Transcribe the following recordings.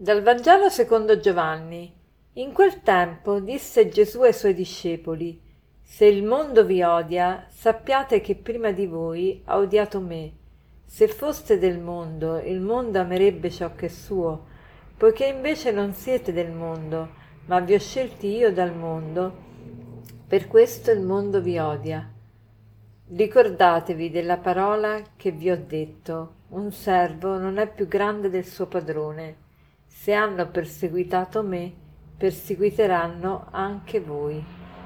Dal Vangelo secondo Giovanni. In quel tempo disse Gesù ai suoi discepoli: Se il mondo vi odia, sappiate che prima di voi ha odiato me. Se foste del mondo, il mondo amerebbe ciò che è suo. Poiché invece non siete del mondo, ma vi ho scelti io dal mondo, per questo il mondo vi odia. Ricordatevi della parola che vi ho detto: un servo non è più grande del suo padrone. Se hanno perseguitato me, perseguiteranno anche voi.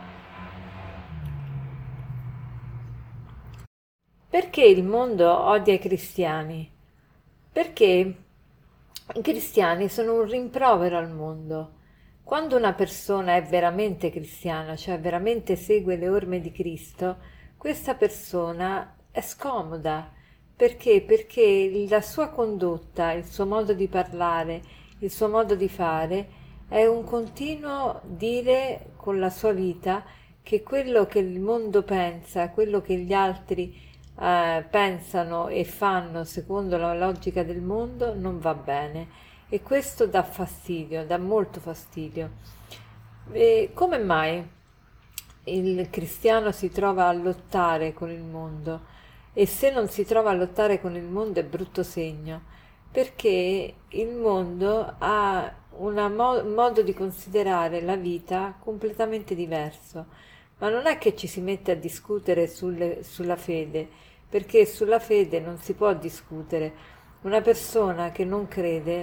Perché il mondo odia i cristiani? Perché i cristiani sono un rimprovero al mondo. Quando una persona è veramente cristiana, cioè veramente segue le orme di Cristo, questa persona è scomoda. Perché? Perché la sua condotta, il suo modo di parlare, il suo modo di fare è un continuo dire con la sua vita che quello che il mondo pensa, quello che gli altri pensano e fanno secondo la logica del mondo non va bene, e questo dà fastidio, dà molto fastidio. E come mai il cristiano si trova a lottare con il mondo? E se non si trova a lottare con il mondo è brutto segno, perché il mondo ha un modo di considerare la vita completamente diverso. Ma non è che ci si mette a discutere sulla fede, perché sulla fede non si può discutere. Una persona che non crede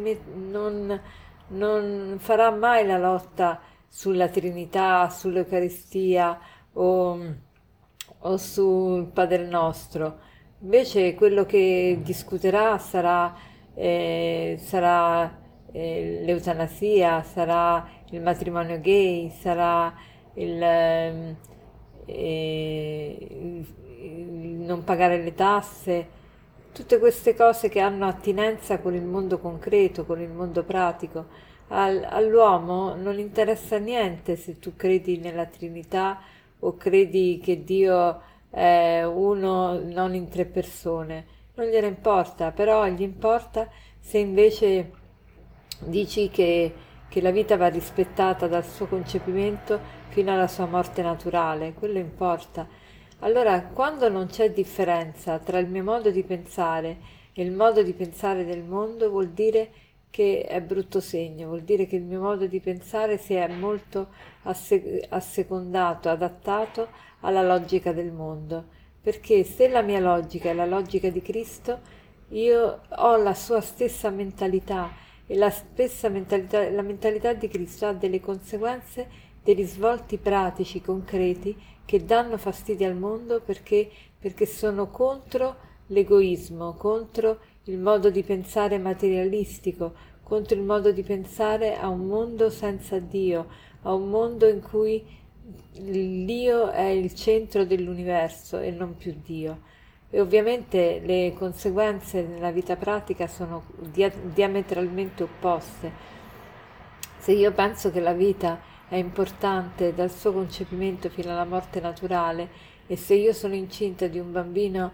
non farà mai la lotta sulla Trinità, sull'Eucaristia o sul Padre Nostro. Invece quello che discuterà l'eutanasia, sarà il matrimonio gay, sarà il, ehm, il non pagare le tasse, tutte queste cose che hanno attinenza con il mondo concreto, con il mondo pratico. All'uomo non interessa niente se tu credi nella Trinità o credi che Dio è uno, non in tre persone. Non gliene importa, però gli importa se invece dici che la vita va rispettata dal suo concepimento fino alla sua morte naturale, quello importa. Allora, quando non c'è differenza tra il mio modo di pensare e il modo di pensare del mondo, vuol dire che è brutto segno, vuol dire che il mio modo di pensare si è molto assecondato, adattato alla logica del mondo. Perché se la mia logica è la logica di Cristo, io ho la sua stessa mentalità, e la stessa mentalità, la mentalità di Cristo ha delle conseguenze, dei risvolti pratici, concreti, che danno fastidio al mondo perché sono contro l'egoismo, contro il modo di pensare materialistico, contro il modo di pensare a un mondo senza Dio, a un mondo in cui l'Io è il centro dell'universo e non più Dio. E ovviamente le conseguenze nella vita pratica sono diametralmente opposte. Se io penso che la vita è importante dal suo concepimento fino alla morte naturale, e se io sono incinta di un bambino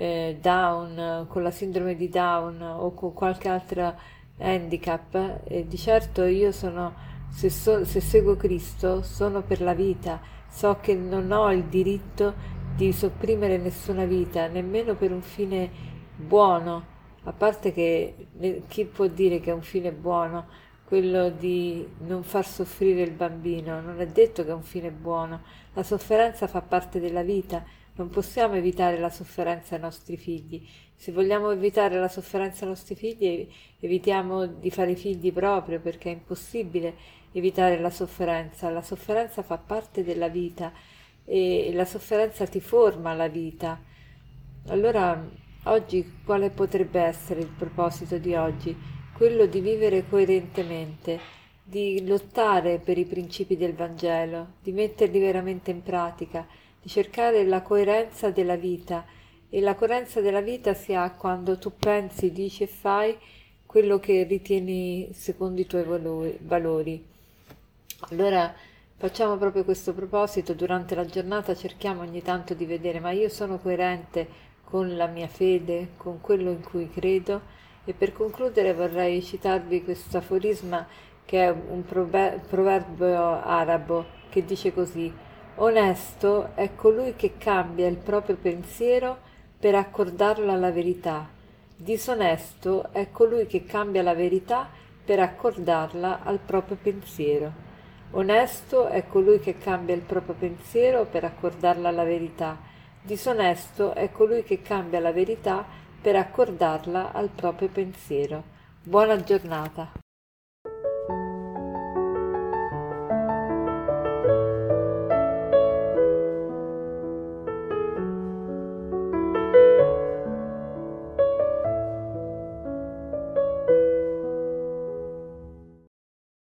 Down, con la sindrome di Down o con qualche altro handicap, di certo io sono, se seguo Cristo, sono per la vita, so che non ho il diritto di sopprimere nessuna vita, nemmeno per un fine buono, a parte che chi può dire che è un fine buono quello di non far soffrire il bambino? Non è detto che è un fine buono. La sofferenza fa parte della vita, non possiamo evitare la sofferenza ai nostri figli. Se vogliamo evitare la sofferenza ai nostri figli, evitiamo di fare figli proprio, perché è impossibile evitare la sofferenza. La sofferenza fa parte della vita e la sofferenza ti forma la vita. Allora, oggi quale potrebbe essere il proposito di oggi? Quello di vivere coerentemente, di lottare per i principi del Vangelo, di metterli veramente in pratica, di cercare la coerenza della vita. E la coerenza della vita si ha quando tu pensi, dici e fai quello che ritieni secondo i tuoi valori. Allora facciamo proprio questo proposito: durante la giornata cerchiamo ogni tanto di vedere: ma io sono coerente con la mia fede, con quello in cui credo? E per concludere vorrei citarvi questo aforisma che è un proverbio arabo che dice così: onesto è colui che cambia il proprio pensiero per accordarlo alla verità. Disonesto è colui che cambia la verità per accordarla al proprio pensiero. Onesto è colui che cambia il proprio pensiero per accordarla alla verità. Disonesto è colui che cambia la verità per accordarla al proprio pensiero. Buona giornata.